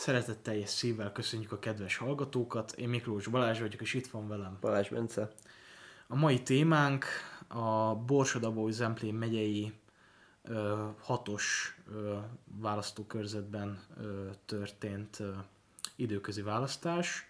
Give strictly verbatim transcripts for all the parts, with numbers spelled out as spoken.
Szeretetteljes szívvel köszönjük a kedves hallgatókat. Én Miklós Balázs vagyok, és itt van velem Balázs Bence. A mai témánk a Borsod-Abaúj-Zemplén megyei ö, hatos ö, választókörzetben ö, történt ö, időközi választás.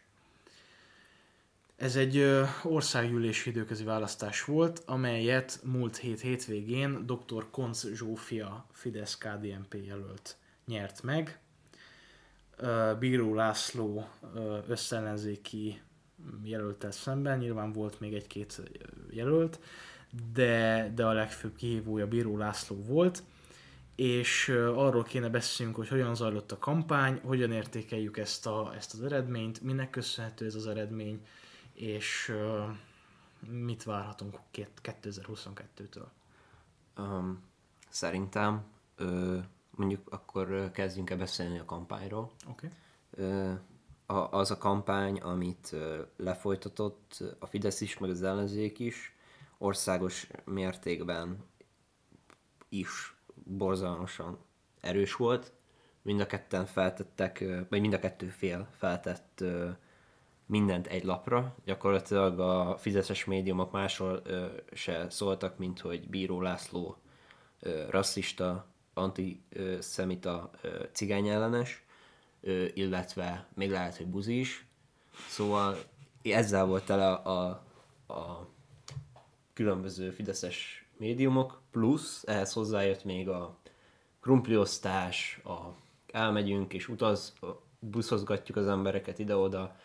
Ez egy ö, országgyűlési időközi választás volt, amelyet múlt hét hétvégén dr. Koncz Zsófia Fidesz-ká dé en pé jelölt nyert meg. Bíró László összellenzéki jelölttel szemben, nyilván volt még egy-két jelölt, de, de a legfőbb kihívója Bíró László volt, és arról kéne beszélnünk, hogy hogyan zajlott a kampány, hogyan értékeljük ezt, a, ezt az eredményt, minek köszönhető ez az eredmény, és mit várhatunk kétezer-huszonkettőtől. Um, szerintem ö, mondjuk akkor kezdjünk el beszélni a kampányról. Okay. Ö, a, az a kampány, amit ö, lefolytatott a Fidesz is, meg az ellenzék is, országos mértékben is borzalmasan erős volt. Mind a ketten feltettek, vagy mind a kettő fél feltett ö, mindent egy lapra. Gyakorlatilag a fideszes médiumok másról ö, se szóltak, mint hogy Bíró László ö, rasszista, antiszemita, ö, cigányellenes, ö, illetve még lehet, hogy buzi is. Szóval ezzel volt tele a, a, a különböző fideszes médiumok, plusz ehhez hozzájött még a krumpliosztás, a elmegyünk és utaz, buszozgatjuk az embereket ide-oda,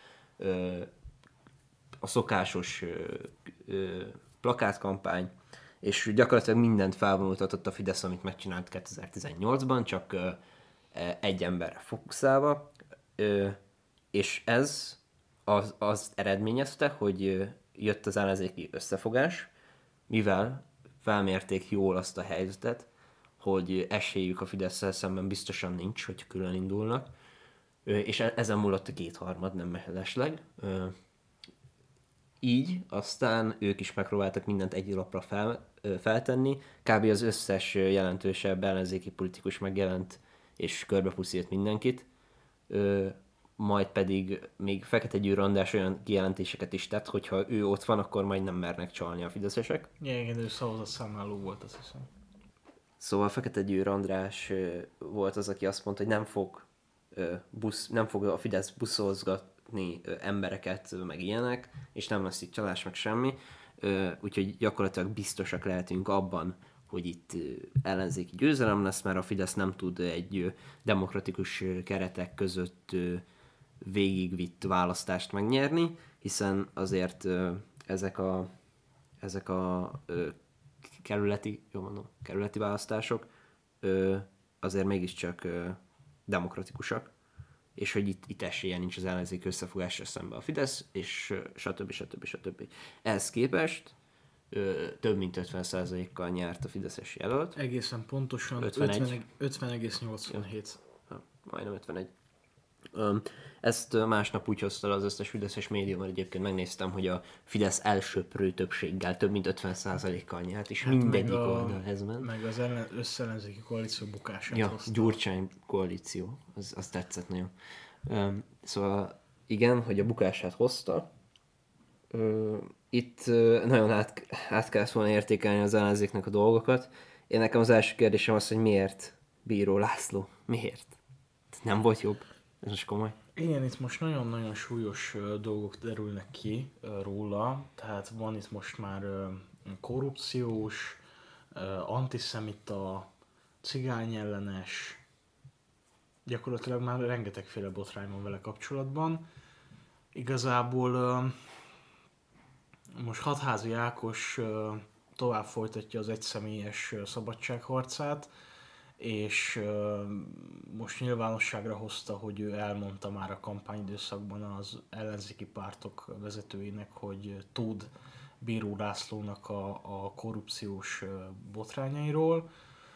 a szokásos plakátkampány, és gyakorlatilag mindent felvonultatott a Fidesz, amit megcsinált kétezer-tizennyolcban, csak egy emberre fókuszálva, és ez az, az eredményezte, hogy jött az ellenzéki összefogás, mivel felmérték jól azt a helyzetet, hogy esélyük a Fidesszel szemben biztosan nincs, hogy külön indulnak, és ezen múlott a kétharmad, nem mellesleg. Így aztán ők is megpróbáltak mindent egy lapra fel, feltenni, kb. Az összes jelentősebb ellenzéki politikus megjelent, és körbepuszított mindenkit, majd pedig még Fekete Győr András olyan kijelentéseket is tett, hogyha ő ott van, akkor majd nem mernek csalni a fideszesek. Igen, ő szavazatszámláló volt, azt hiszem. Szóval Fekete Győr András volt az, aki azt mondta, hogy nem fog, busz, nem fog a Fidesz buszozgatni embereket, meg ilyenek, és nem lesz itt csalás, meg semmi. Úgyhogy gyakorlatilag biztosak lehetünk abban, hogy itt ellenzéki győzelem lesz, mert a Fidesz nem tud egy demokratikus keretek között végigvitt választást megnyerni, hiszen azért ezek a, ezek a kerületi, jó mondom, kerületi választások azért mégiscsak demokratikusak, és hogy itt, itt esélye nincs az ellenzék összefogásra szembe a Fidesz, és stb. stb. stb. Ehhez képest több mint ötven százalékkal nyert a fideszes jelölt. Egészen pontosan ötven egész nyolcvanhét. Ja, majdnem ötvenegy. Ezt másnap úgy hozta le az összes fideszes médium, mert egyébként megnéztem, hogy a Fidesz elsöprő többséggel több mint ötven százalékkal nyert, és hát mindegyik oldal ez ment. Meg az összellenzéki koalíció bukását ja, hozta. Gyurcsány koalíció, az, az tetszett nagyon. Szóval igen, hogy a bukását hozta. Itt nagyon át, át kellett volna értékelni az ellenzéknek a dolgokat. Én nekem az első kérdésem az, hogy miért Bíró László? Miért? Nem volt jobb? Ez most komoly. Igen, itt most nagyon-nagyon súlyos uh, dolgok derülnek ki uh, róla, tehát van itt most már uh, korrupciós, uh, antiszemita, cigányellenes, gyakorlatilag már rengetegféle botrány van vele kapcsolatban. Igazából uh, most Hatházi Ákos uh, tovább folytatja az egyszemélyes uh, szabadságharcát, és uh, most nyilvánosságra hozta, hogy ő elmondta már a kampányidőszakban az ellenzéki pártok vezetőinek, hogy tud Bíró Lászlónak a, a korrupciós uh, botrányairól.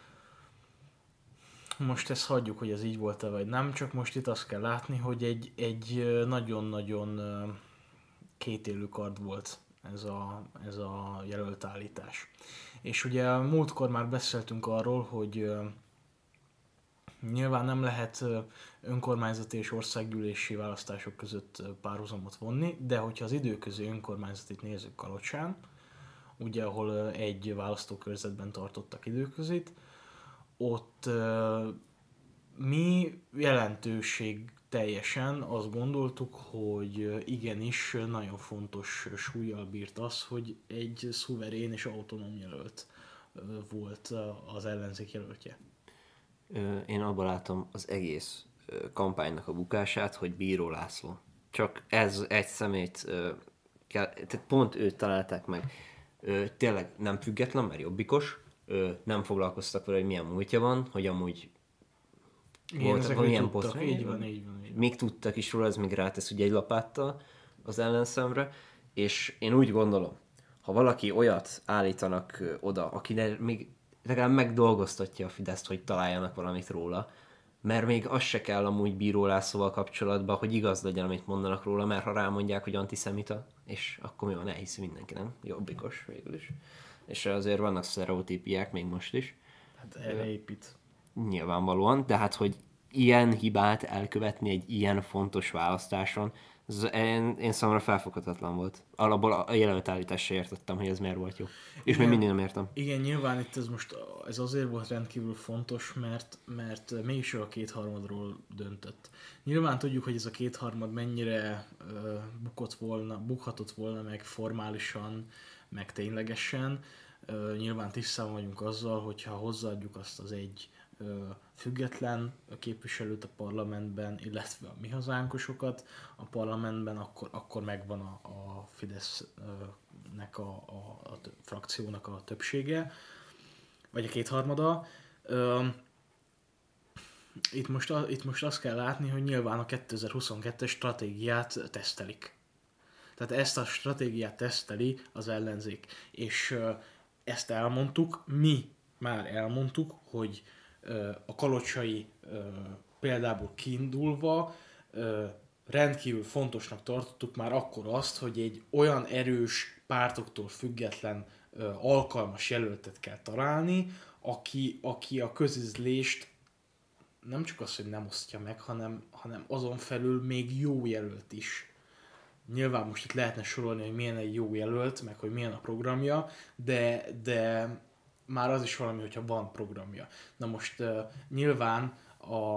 Most ezt hagyjuk, hogy ez így volt-e vagy nem, csak most itt azt kell látni, hogy egy, egy nagyon-nagyon uh, kétélű kard volt ez a, ez a jelölt állítás. És ugye múltkor már beszéltünk arról, hogy uh, Nyilván nem lehet önkormányzati és országgyűlési választások között párhuzamot vonni, de hogyha az időközi önkormányzatit nézzük Kalocsán, ugye ahol egy választókörzetben tartottak időközit, ott mi jelentőség teljesen azt gondoltuk, hogy igenis nagyon fontos súllyal bírt az, hogy egy szuverén és autonóm jelölt volt az ellenzék jelöltje. Én abban látom az egész kampánynak a bukását, hogy Bíró László. Csak ez egy szemét, kell, tehát pont őt találták meg. Tényleg nem független, mert jobbikos, nem foglalkoztak vele, hogy milyen múltja van, hogy amúgy volt, hogy milyen poszt. Így van, így van. Még tudtak is róla, ez még rátesz ugye egy lapáttal az ellenszemre, és én úgy gondolom, ha valaki olyat állítanak oda, aki még legalább megdolgoztatja a Fideszt, hogy találjanak valamit róla, mert még az se kell amúgy Bíró Lászlóval kapcsolatban, hogy igaz legyen, amit mondanak róla, mert ha rámondják, hogy antiszemita, és akkor mi van, elhiszi mindenki, nem? Jobbikos végül is. És azért vannak sztereotípiák még most is. Hát erre épít. Nyilvánvalóan, de hát, hogy ilyen hibát elkövetni egy ilyen fontos választáson, ez, én, én számomra felfoghatatlan volt. Alapból a jelölt állításra értettem, hogy ez miért volt jó. És igen, még mindig nem értem. Igen, nyilván itt ez most ez azért volt rendkívül fontos, mert, mert mégis a kétharmadról döntött. Nyilván tudjuk, hogy ez a kétharmad mennyire uh, bukott volna, bukhatott volna meg formálisan, meg ténylegesen. Uh, nyilván tisztán vagyunk azzal, hogyha hozzáadjuk azt az egy független képviselőt a parlamentben, illetve a mi hazánkosokat a parlamentben, akkor, akkor megvan a, a Fidesznek, a, a, a frakciónak a többsége, vagy a kétharmada. Itt most, itt most azt kell látni, hogy nyilván a kétezer-huszonkettes stratégiát tesztelik. Tehát ezt a stratégiát teszteli az ellenzék. És ezt elmondtuk, mi már elmondtuk, hogy a kalocsai példából kiindulva rendkívül fontosnak tartottuk már akkor azt, hogy egy olyan erős pártoktól független alkalmas jelöltet kell találni, aki, aki a közizlést nem csak az, hogy nem osztja meg, hanem, hanem azon felül még jó jelölt is. Nyilván most itt lehetne sorolni, hogy milyen egy jó jelölt, meg hogy milyen a programja, de, de már az is valami, hogyha van programja. Na most uh, nyilván a,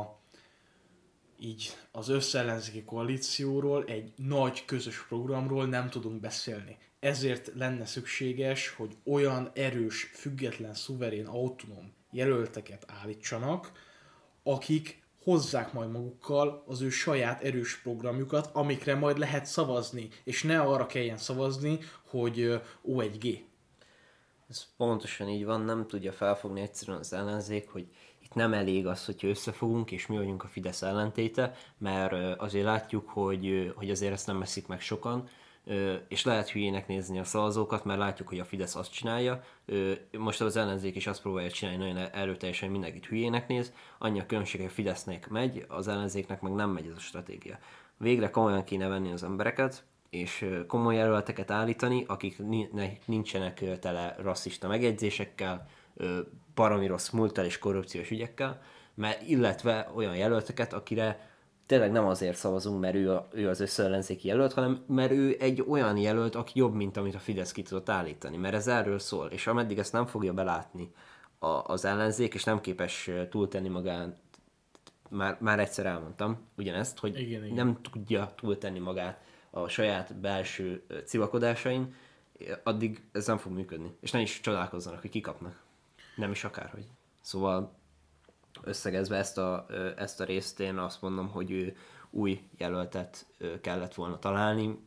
így az összeellenzéki koalícióról, egy nagy közös programról nem tudunk beszélni. Ezért lenne szükséges, hogy olyan erős, független, szuverén, autonóm jelölteket állítsanak, akik hozzák majd magukkal az ő saját erős programjukat, amikre majd lehet szavazni, és ne arra kelljen szavazni, hogy ó egy gé. Ez pontosan így van, nem tudja felfogni egyszerűen az ellenzék, hogy itt nem elég az, hogyha összefogunk, és mi vagyunk a Fidesz ellentéte, mert azért látjuk, hogy, hogy azért ezt nem eszik meg sokan, és lehet hülyének nézni a szavazókat, mert látjuk, hogy a Fidesz azt csinálja. Most az ellenzék is azt próbálja csinálni, nagyon erőteljesen mindenkit hülyének néz. Annyi a különbség, hogy a Fidesznek megy, az ellenzéknek meg nem megy ez a stratégia. Végre komolyan kéne venni az embereket, és komoly jelölteket állítani, akik nincsenek tele rasszista megjegyzésekkel, baromi rossz múlttal és korrupciós ügyekkel, mert illetve olyan jelölteket, akire tényleg nem azért szavazunk, mert ő, a, ő az összeellenzéki jelölt, hanem mert ő egy olyan jelölt, aki jobb, mint amit a Fidesz ki tudott állítani, mert ez erről szól, és ameddig ezt nem fogja belátni a, az ellenzék, és nem képes túltenni magát, már, már egyszer elmondtam ugyanezt, hogy igen, igen. nem tudja túltenni magát a saját belső civakodásain, addig ez nem fog működni. És ne is csodálkozzanak, hogy kikapnak. Nem is akárhogy. Szóval összegezve ezt a, ezt a részt én azt mondom, hogy új jelöltet kellett volna találni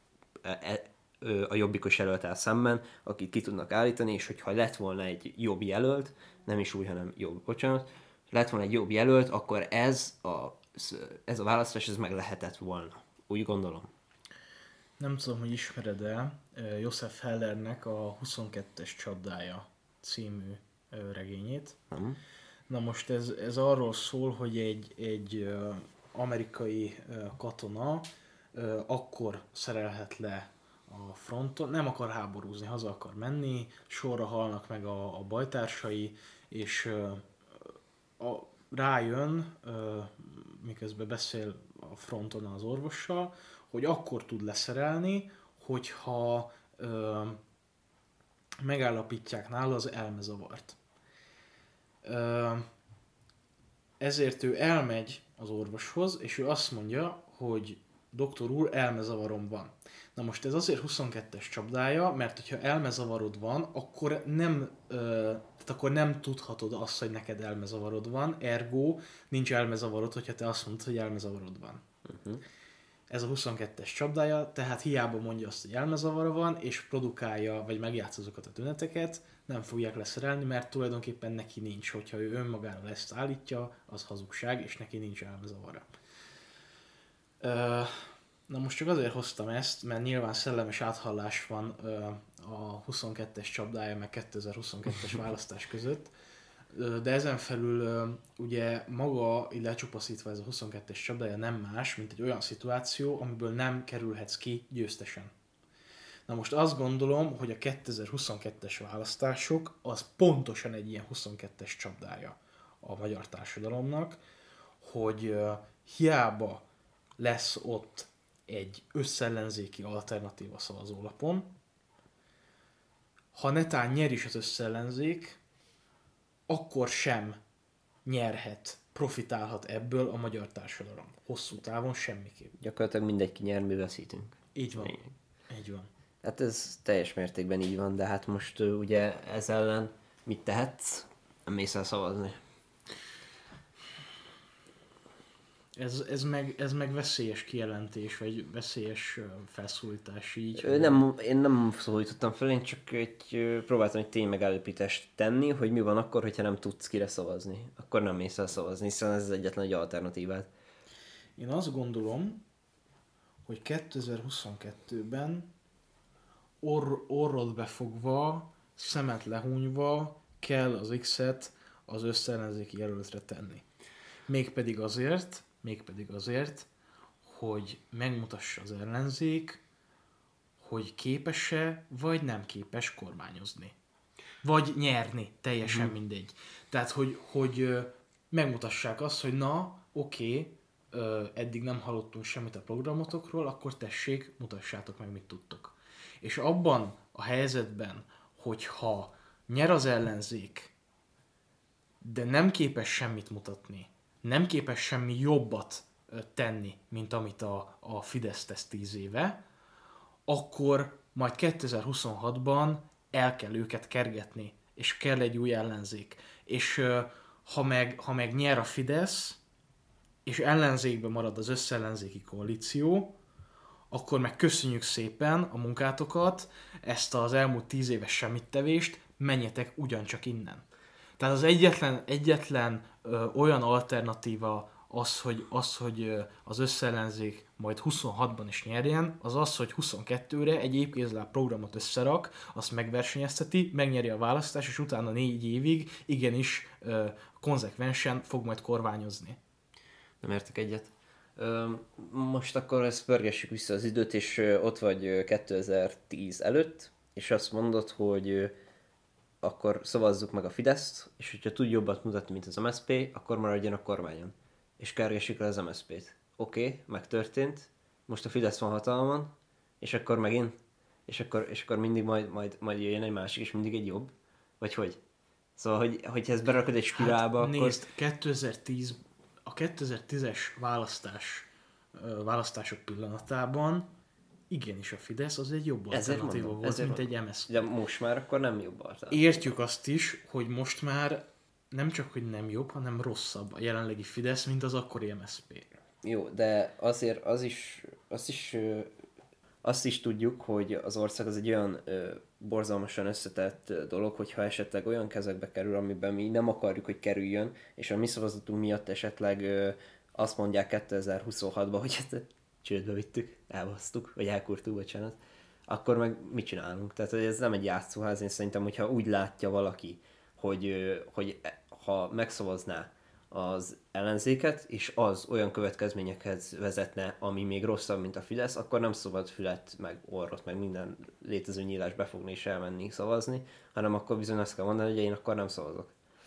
a jobbikos jelölttel szemben, akit ki tudnak állítani, és hogyha lett volna egy jobb jelölt, nem is új, hanem jobb, bocsánat, lett volna egy jobb jelölt, akkor ez a, ez a választás ez meg lehetett volna. Úgy gondolom. Nem tudom, hogy ismered-e Josef Hellernek a huszonkettes csapdája című regényét. Nem. Na most ez, ez arról szól, hogy egy, egy amerikai katona akkor szerelhet le a fronton, nem akar háborúzni, haza akar menni, sorra halnak meg a, a bajtársai, és a, rájön, ö, miközben beszél a fronton az orvossal, hogy akkor tud leszerelni, hogyha ö, megállapítják nála az elmezavart. Ö, ezért ő elmegy az orvoshoz, és ő azt mondja, hogy doktor úr, elmezavarom van. Na most ez azért huszonkettes csapdája, mert hogyha elmezavarod van, akkor nem, ö, tehát akkor nem tudhatod azt, hogy neked elmezavarod van, ergo nincs elmezavarod, hogyha te azt mondod, hogy elmezavarod van. Uh-huh. Ez a huszonkettes csapdája, tehát hiába mondja azt, hogy elmezavara van, és produkálja, vagy megjátsz azokat a tüneteket, nem fogják leszerelni, mert tulajdonképpen neki nincs. Hogyha ő önmagáról ezt állítja, az hazugság, és neki nincs elmezavara. Ö, na most csak azért hoztam ezt, mert nyilván szellemes áthallás van ö, a huszonkettes csapdája, meg kétezer-huszonkettes választás között. De ezen felül ugye maga, így lecsupaszítva ez a huszonkettes csapdája nem más, mint egy olyan szituáció, amiből nem kerülhetsz ki győztesen. Na most azt gondolom, hogy a kétezer-huszonkettes választások az pontosan egy ilyen huszonkettes csapdája a magyar társadalomnak, hogy hiába lesz ott egy összellenzéki alternatíva szavazólapon, ha netán nyer is az összellenzék, akkor sem nyerhet, profitálhat ebből a magyar társadalom. Hosszú távon semmiképp. Gyakorlatilag mindegy ki nyer, mi veszítünk. Így van. Igen. Így van. Hát ez teljes mértékben így van, de hát most uh, ugye ez ellen mit tehetsz? Nem mész el szavazni. Ez, ez, meg, ez meg veszélyes kijelentés, vagy veszélyes felszólítás így. Ö, nem, én nem szólítottam fel, én csak egy, ö, próbáltam egy ténymegállapítást tenni, hogy mi van akkor, hogyha nem tudsz kire szavazni. Akkor nem mész el szavazni, hiszen ez az egyetlen egy alternatívát. Én azt gondolom, hogy kétezer-huszonkettőben orr, orrod befogva, szemet lehúnyva kell az X-et az összellenzéki jelöltre tenni. Mégpedig azért, mégpedig azért, hogy megmutassa az ellenzék, hogy képes-e, vagy nem képes kormányozni. Vagy nyerni, teljesen Mhm. mindegy. Tehát, hogy, hogy ö, megmutassák azt, hogy na, oké, ö, eddig nem hallottunk semmit a programotokról, akkor tessék, mutassátok meg, mit tudtok. És abban a helyzetben, hogyha nyer az ellenzék, de nem képes semmit mutatni, nem képes semmi jobbat ö, tenni, mint amit a, a Fidesz tesz tíz éve, akkor majd kétezer-huszonhatban el kell őket kergetni, és kell egy új ellenzék. És ö, ha meg, ha meg nyer a Fidesz, és ellenzékben marad az összellenzéki koalíció, akkor meg köszönjük szépen a munkátokat, ezt az elmúlt tíz éves semmittevést, menjetek ugyancsak innen. Tehát az egyetlen, egyetlen ö, olyan alternatíva az, hogy, az, hogy ö, az összellenzék majd huszonhatban is nyerjen, az az, hogy huszonkettőre egy épkézláb programot összerak, azt megversenyezteti, megnyeri a választást, és utána négy évig igenis ö, konzekvensen fog majd kormányozni. Nem értek egyet. Ö, most akkor ezt pörgessük vissza az időt, és ö, ott vagy ö, kétezer-tíz előtt, és azt mondod, hogy ö, akkor szavazzuk meg a Fideszt, és hogyha tud jobbat mutatni, mint az em es zé pé, akkor maradjon a kormányon. És kergessük le az em es zé pét. Oké, okay, megtörtént, most a Fidesz van hatalmon, és akkor megint, és akkor, és akkor mindig majd, majd, majd jöjjön egy másik, és mindig egy jobb? Vagy hogy? Szóval, hogy, hogyha ezt berakod egy spirálba, Hát akkor... nézd, kétezer-tíz, a kétezer-tízes választás, ö, választások pillanatában igenis a Fidesz az egy jobb Ezért alternatíva mondom, volt, ezért mint egy mondom. em es zé pé. De most már akkor nem jobb alternatív. Értjük azt is, hogy most már nem csak, hogy nem jobb, hanem rosszabb a jelenlegi Fidesz, mint az akkori em es zé pé. Jó, de azért az is, azt is, ö, azt is tudjuk, hogy az ország az egy olyan ö, borzalmasan összetett ö, dolog, hogyha esetleg olyan kezekbe kerül, amiben mi nem akarjuk, hogy kerüljön, és a mi szavazatunk miatt esetleg ö, azt mondják kétezer-huszonhatban, hogy ezt csődbe vittük, elbasztuk, vagy elkurtuk, bocsánat, akkor meg mit csinálunk? Tehát hogy ez nem egy játszóház, én szerintem, hogyha úgy látja valaki, hogy, ö, hogy e- ha megszavazná az ellenzéket, és az olyan következményekhez vezetne, ami még rosszabb, mint a Fidesz, akkor nem szabad fület, meg orrot, meg minden létező nyílás befogni és elmenni szavazni, hanem akkor bizony azt kell mondani, hogy én akkor nem szavazok.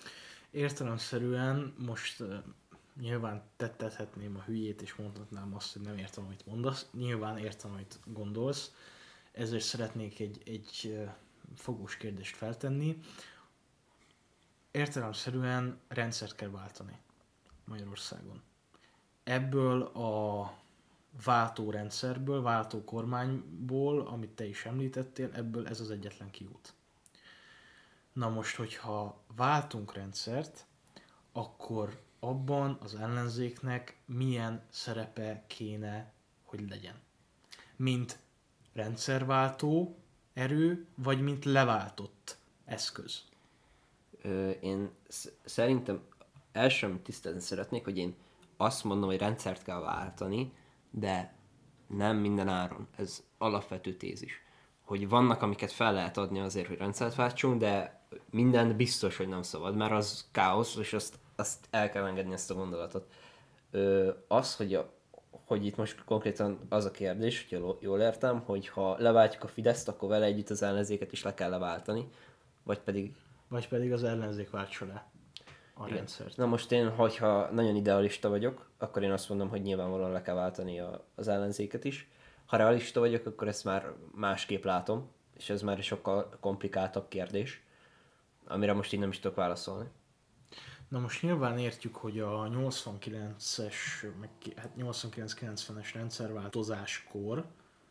Értelemszerűen most uh, nyilván tettethetném a hülyét, és mondhatnám azt, hogy nem értem, amit mondasz. Nyilván értem, amit gondolsz. Ezért szeretnék egy, egy uh, fogós kérdést feltenni. Értelemszerűen rendszert kell váltani Magyarországon. Ebből a váltórendszerből, váltó kormányból, amit te is említettél, ebből ez az egyetlen kiút. Na most, hogyha váltunk rendszert, akkor abban az ellenzéknek milyen szerepe kéne, hogy legyen? Mint rendszerváltó erő, vagy mint leváltott eszköz? Ö, én sz- szerintem első, amit tisztázni szeretnék, hogy én azt mondom, hogy rendszert kell váltani, de nem minden áron. Ez alapvető tézis. Hogy vannak, amiket fel lehet adni azért, hogy rendszert váltsunk, de minden biztos, hogy nem szabad, mert az káosz, és azt, azt el kell engedni, ezt a gondolatot. Ö, az, hogy, a, hogy itt most konkrétan az a kérdés, hogy jól értem, hogy ha leváltjuk a Fideszt, akkor vele együtt az ellenzéket is le kell leváltani, vagy pedig... Vagy pedig az ellenzék váltsa le a Igen. rendszert. Na most én, hogyha nagyon idealista vagyok, akkor én azt mondom, hogy nyilvánvalóan le kell váltani a, az ellenzéket is. Ha realista vagyok, akkor ezt már másképp látom, és ez már egy sokkal komplikáltabb kérdés, amire most így nem is tudok válaszolni. Na most nyilván értjük, hogy a nyolcvankilences, meg ki- hát nyolcvankilenc-kilencvenes rendszerváltozáskor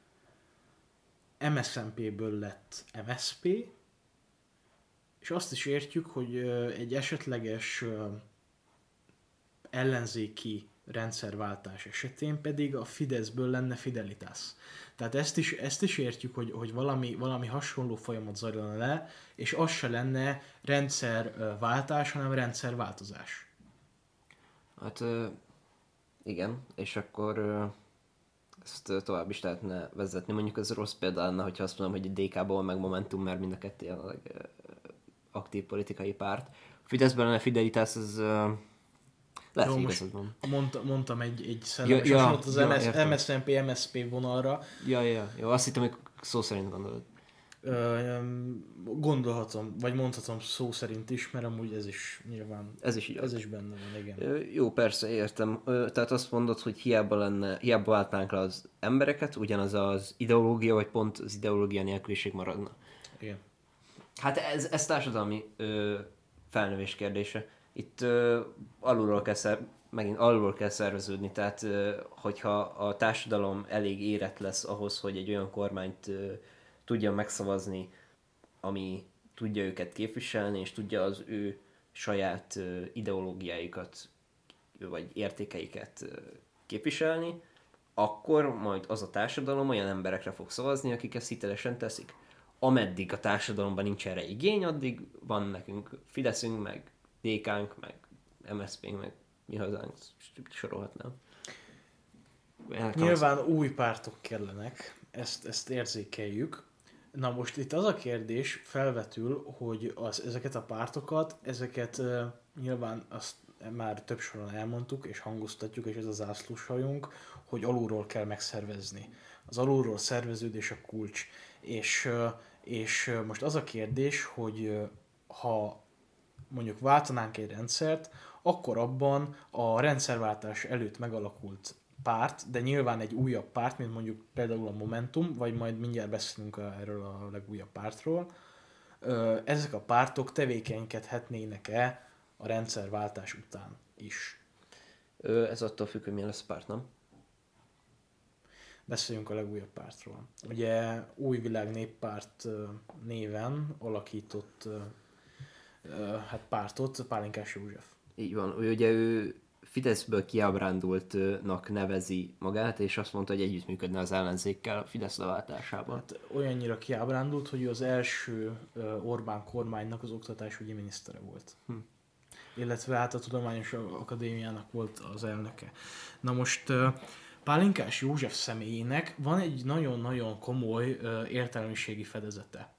em es zé en pé-ből lett em es zé pé, és azt is értjük, hogy ö, egy esetleges ö, ellenzéki rendszerváltás esetén pedig a Fideszből lenne Fidelitas. Tehát ezt is, ezt is értjük, hogy, hogy valami, valami hasonló folyamat zajlana le, és az se lenne rendszerváltás, hanem rendszerváltozás. Hát ö, igen, és akkor ö, ezt ö, tovább is lehetne vezetni. Mondjuk ez rossz példa lenne, hogyha azt mondom, hogy a dé ká-ból meg Momentum, mert mind a kettő jelenleg ö, aktív politikai párt. A Fideszben lenne Fidelitas, ez ö, lehet, Jó, hogy most igazad van. mondta, mondtam egy, egy szellemes Ja, ja, hasonlót az ja, MS, értem. em es zé en pé em es zé pé vonalra. Ja, ja, jó, azt hittem, hogy szó szerint gondolod. Ö, gondolhatom, vagy mondhatom szó szerint is, mert amúgy ez is nyilván, Ez is így. ez is benne van, igen. Ö, Jó, persze, értem. Ö, Tehát azt mondod, hogy hiába lenne, hiába váltnánk le az embereket, ugyanaz az ideológia, vagy pont az ideológia nélküliség maradna. Igen. Hát ez, ez társadalmi ö, felnövés kérdése. Itt ö, alulról kell szer, megint alulról kell szerveződni, tehát ö, hogyha a társadalom elég érett lesz ahhoz, hogy egy olyan kormányt ö, tudja megszavazni, ami tudja őket képviselni, és tudja az ő saját ö, ideológiáikat, vagy értékeiket ö, képviselni, akkor majd az a társadalom olyan emberekre fog szavazni, akik ezt hitelesen teszik. Ameddig a társadalomban nincs erre igény, addig van nekünk Fideszünk, meg dé ká-nk, meg em es zé pé-nk, meg mi hazánk, sorolhatnám. Nyilván új pártok kellenek, ezt, ezt érzékeljük. Na most itt az a kérdés felvetül, hogy az, ezeket a pártokat, ezeket uh, nyilván azt már több soron elmondtuk, és hangoztatjuk, és ez az zászlóshajunk, hogy alulról kell megszervezni. Az alulról szerveződés a kulcs. És, uh, és uh, most az a kérdés, hogy uh, ha mondjuk váltanánk egy rendszert, akkor abban a rendszerváltás előtt megalakult párt, de nyilván egy újabb párt, mint mondjuk például a Momentum, vagy majd mindjárt beszélünk erről a legújabb pártról, ezek a pártok tevékenykedhetnének-e a rendszerváltás után is? Ö, ez attól függ, hogy milyen lesz a párt, nem? Beszéljünk a legújabb pártról. Ugye Új Világ Néppárt néven alakított hát pártot Pálinkás József. Így van. Ő, ugye ő Fideszből kiábrándultnak nevezi magát, és azt mondta, hogy együttműködne az ellenzékkel a Fidesz leváltásában. Hát olyannyira kiábrándult, hogy ő az első Orbán kormánynak az oktatásügyi minisztere volt. Hm. Illetve hát a Tudományos Akadémiának volt az elnöke. Na most Pálinkás József személyének van egy nagyon-nagyon komoly értelmiségi fedezete.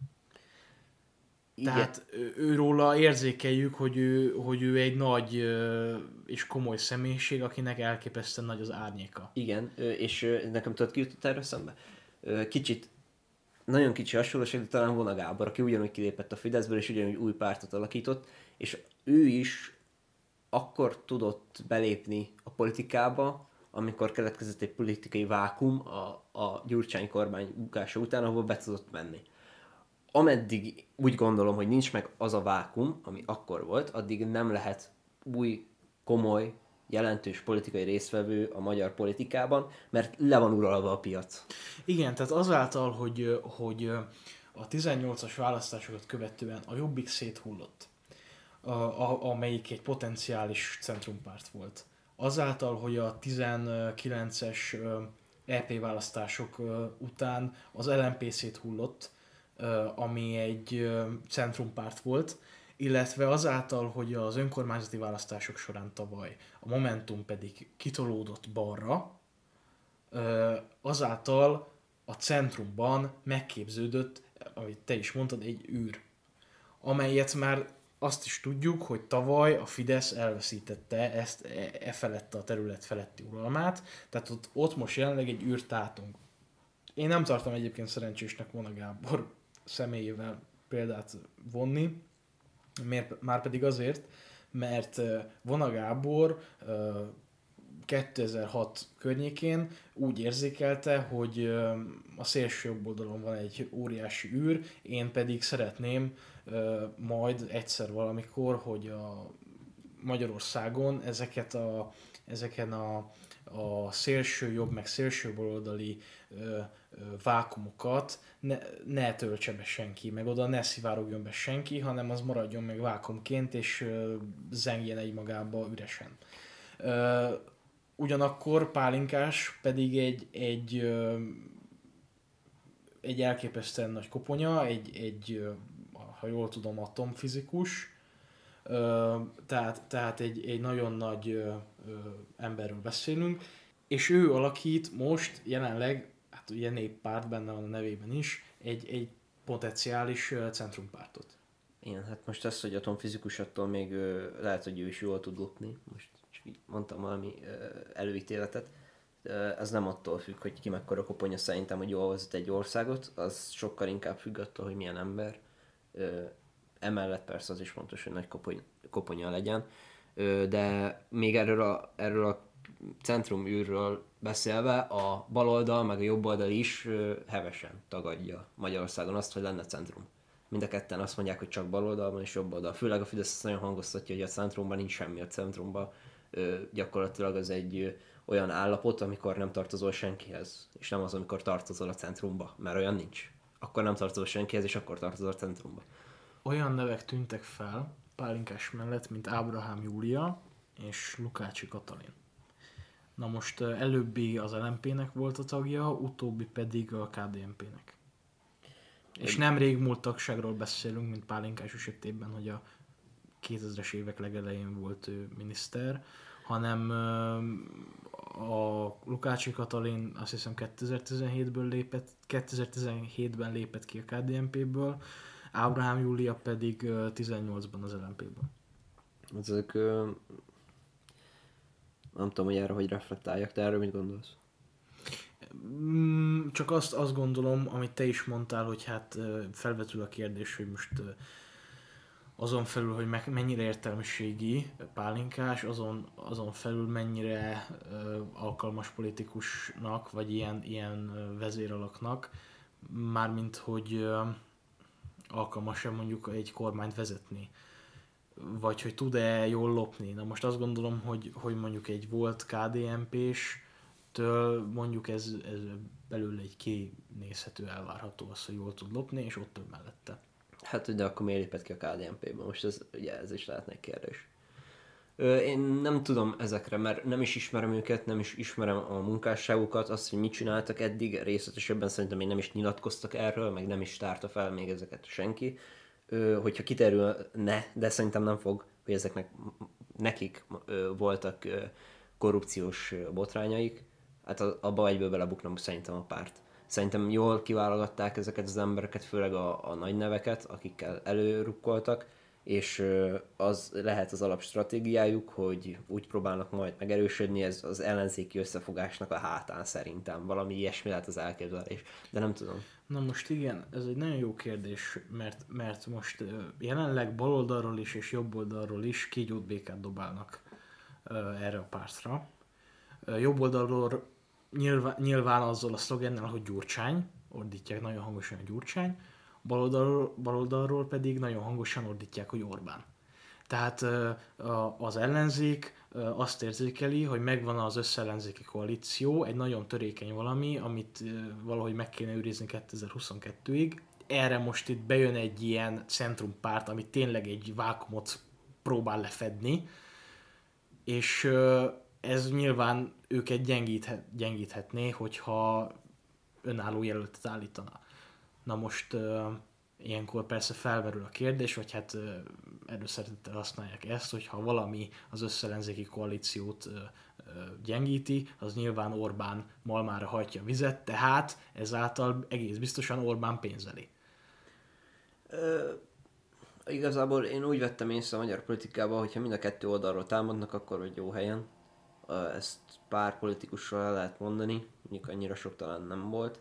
Igen. Tehát ő, őróla érzékeljük, hogy ő, hogy ő egy nagy és komoly személyiség, akinek elképesztően nagy az árnyéka. Igen, és nekem tudod, ki jutott erről szembe? Kicsit, nagyon kicsi hasonlóság, de talán Vona Gábor, aki ugyanúgy kilépett a Fideszből, és ugyanúgy új pártot alakított, és ő is akkor tudott belépni a politikába, amikor keletkezett egy politikai vákum a, a Gyurcsány kormány bukása után, ahol be tudott menni. Ameddig úgy gondolom, hogy nincs meg az a vákum, ami akkor volt, addig nem lehet új, komoly, jelentős politikai résztvevő a magyar politikában, mert le van uralva a piac. Igen, tehát azáltal, hogy, hogy a tizennyolcas választásokat követően a Jobbik széthullott, a, a, amelyik egy potenciális centrumpárt volt. Azáltal, hogy a tizenkilences é pé választások után az el em pé széthullott, ami egy centrumpárt volt, illetve azáltal, hogy az önkormányzati választások során tavaly a Momentum pedig kitolódott balra, azáltal a centrumban megképződött, ahogy te is mondtad, egy űr, amelyet már azt is tudjuk, hogy tavaly a Fidesz elveszítette ezt e, e felett a terület feletti uralmát, tehát ott, ott most jelenleg egy űrt tátunk. Én nem tartom egyébként szerencsésnek Vona Gábor személyével példát vonni, miért, már pedig azért, mert Vona Gábor kétezer-hat környékén úgy érzékelte, hogy a szélső jobb oldalon van egy óriási űr, én pedig szeretném majd egyszer valamikor, hogy a Magyarországon ezeket a, ezeken a, a szélső jobb meg szélső baloldali vákumokat ne, ne töltse be senki, meg oda ne szivárogjon be senki, hanem az maradjon meg vákumként, és zengjen egymagába üresen. Ugyanakkor Pálinkás pedig egy, egy, egy elképesztően nagy koponya, egy, egy, ha jól tudom, atomfizikus, tehát, tehát egy, egy nagyon nagy emberről beszélünk, és ő alakít most jelenleg, hát ugye néppárt, benne van a nevében is, egy, egy potenciális centrumpártot. Igen, hát most az, hogy atomfizikus, attól még lehet, hogy ő is jól tud lopni, most csak így mondtam valami előítéletet. Ez nem attól függ, hogy ki mekkora koponya, szerintem, hogy jól vezet egy országot, az sokkal inkább függ attól, hogy milyen ember. Emellett persze az is fontos, hogy nagy kopony, koponya legyen, de még erről a, erről a centrum űrről beszélve, a baloldal meg a jobboldal is hevesen tagadja Magyarországon azt, hogy lenne centrum. Mind a ketten azt mondják, hogy csak baloldal van és jobboldal. Főleg a Fidesz azt nagyon hangoztatja, hogy a centrumban nincs semmi, a centrumban gyakorlatilag az egy olyan állapot, amikor nem tartozol senkihez, és nem az, amikor tartozol a centrumba, mert olyan nincs. Akkor nem tartozol senkihez, és akkor tartozol a centrumba. Olyan nevek tűntek fel Pálinkás mellett, mint Ábrahám Júlia és Lukácsi Katalin. Na most előbbi az el em pé-nek volt a tagja, utóbbi pedig a ká dé en pé-nek. És nem rég múlt tagságról beszélünk, mint Pálinkás esetében, hogy a kétezres évek legelején volt ő miniszter, hanem a Lukácsi Katalin azt hiszem kétezer-tizenhétből lépett, kétezer-tizenhétben lépett ki a ká dé en pé-ből, Ábrahám Júlia pedig tizennyolcban az el em pé-ből. Ezek, nem tudom, hogy erre hogy reflektáljak, te erről mit gondolsz? Csak azt, azt gondolom, amit te is mondtál, hogy hát felvetül a kérdés, hogy most azon felül, hogy mennyire értelmiségi Pálinkás, azon, azon felül mennyire alkalmas politikusnak, vagy ilyen, ilyen vezéralaknak, mármint hogy alkalmas-e mondjuk egy kormányt vezetni, vagy hogy tud-e jól lopni. Na most azt gondolom, hogy, hogy mondjuk egy volt ká dé en pés től mondjuk ez, ez belőle egy kinézhető, elvárható az, hogy jól tud lopni, és ott több mellette. Hát, de akkor miért lépett ki a ká dé en pé-be? Most ez, ugye, ez is lehetne egy kérdés. Ö, én nem tudom ezekre, mert nem is ismerem őket, nem is ismerem a munkásságukat, azt, hogy mit csináltak eddig, részletesebben szerintem még nem is nyilatkoztak erről, meg nem is tárta fel még ezeket senki. Ö, hogyha kiterülne, de szerintem nem fog, hogy ezeknek nekik ö, voltak ö, korrupciós botrányaik, hát abba egyből belebuknak szerintem a párt. Szerintem jól kiválogatták ezeket az embereket, főleg a, a nagy neveket, akikkel előrukkoltak, és az lehet az alapstratégiájuk, hogy úgy próbálnak majd megerősödni, ez az ellenzéki összefogásnak a hátán szerintem. Valami ilyesmi lehet az elképzelés, de nem tudom. Na most igen, ez egy nagyon jó kérdés, mert, mert most jelenleg baloldalról is és jobboldalról is kígyót békát dobálnak erre a pártra. Jobb oldalról nyilván, nyilván azzal a szlogennel, hogy Gyurcsány, ordítják nagyon hangosan a Gyurcsány, baloldalról, baloldalról pedig nagyon hangosan ordítják, hogy Orbán. Tehát az ellenzék azt érzékeli, hogy megvan az összellenzéki koalíció, egy nagyon törékeny valami, amit valahogy meg kéne őrizni kétezer-huszonkettőig. Erre most itt bejön egy ilyen centrumpárt, ami tényleg egy vákumot próbál lefedni, és ez nyilván őket gyengíthet, gyengíthetné, hogyha önálló jelöltet állítana. Na most ilyenkor persze felmerül a kérdés, vagy hát előszeretettel használják ezt, hogyha valami az összellenzéki koalíciót gyengíti, az nyilván Orbán malmára hajtja a vizet, tehát ezáltal egész biztosan Orbán pénzeli. Ö, igazából én úgy vettem észre a magyar politikában, hogyha mind a kettő oldalról támadnak, akkor vagy jó helyen. Ezt pár politikusról el lehet mondani, mondjuk annyira sok talán nem volt.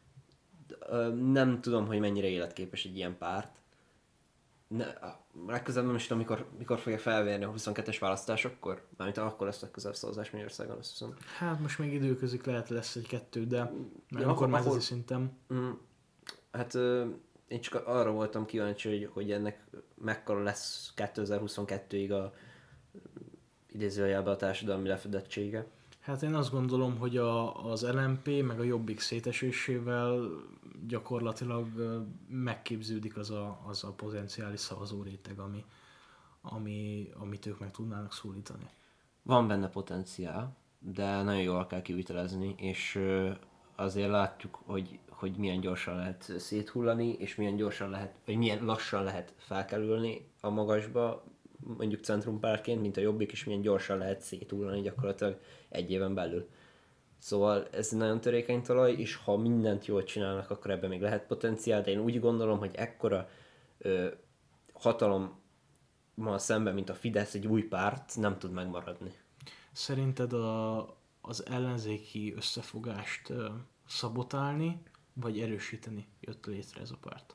Nem tudom, hogy mennyire életképes egy ilyen párt. Ne, legközelebb nem is tudom, mikor, mikor fogja felvérni a huszonkettes választásokkor. Mármint akkor lesz legközelebb szavazás Magyarországon, azt hiszem. Hát most még időközik, lehet lesz egy-kettő, de nem ja, kormányzati ahol, szinten. Mm, hát én csak arra voltam kíváncsi, hogy, hogy ennek mekkora lesz kétezer-huszonkettőig a idézőjelben a társadalmi lefedettsége. Hát én azt gondolom, hogy a, az el em pé meg a Jobbik szétesésével gyakorlatilag megképződik az a, az a potenciális szavazó réteg, ami, ami, amit ők meg tudnának szólítani. Van benne potenciál, de nagyon jól kell kivitelezni, és azért látjuk, hogy, hogy milyen gyorsan lehet széthullani, és milyen gyorsan lehet, vagy milyen lassan lehet felkerülni a magasba, mondjuk centrumpárként, mint a Jobbik, és milyen gyorsan lehet széthullani gyakorlatilag egy éven belül. Szóval ez nagyon törékeny talaj, és ha mindent jól csinálnak, akkor ebben még lehet potenciál, de én úgy gondolom, hogy ekkora ö, hatalommal szemben, mint a Fidesz, egy új párt nem tud megmaradni. Szerinted a, az ellenzéki összefogást ö, szabotálni, vagy erősíteni jött létre ez a párt?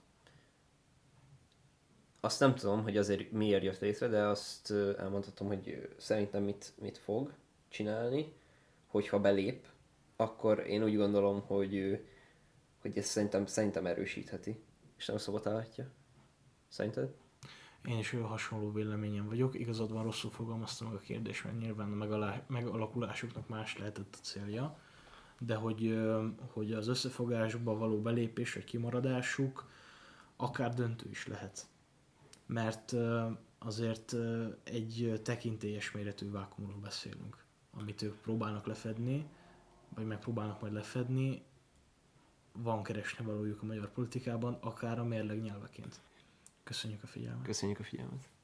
Azt nem tudom, hogy azért miért jött létre, de azt elmondhatom, hogy szerintem mit, mit fog csinálni, hogyha belép, akkor én úgy gondolom, hogy, hogy ezt szerintem, szerintem erősítheti, és nem szabotálhatja. Szerinted? Én is olyan hasonló véleményem vagyok. Igazad van, rosszul fogalmaztam meg a kérdést, mert nyilván a megalá- megalakulásuknak más lehetett a célja, de hogy, hogy az összefogásba való belépés vagy kimaradásuk akár döntő is lehet. Mert azért egy tekintélyes méretű vákumról beszélünk, amit ők próbálnak lefedni, vagy megpróbálnak majd lefedni, van keresni valójuk a magyar politikában, akár a mérleg nyelveként. Köszönjük a figyelmet! Köszönjük a figyelmet!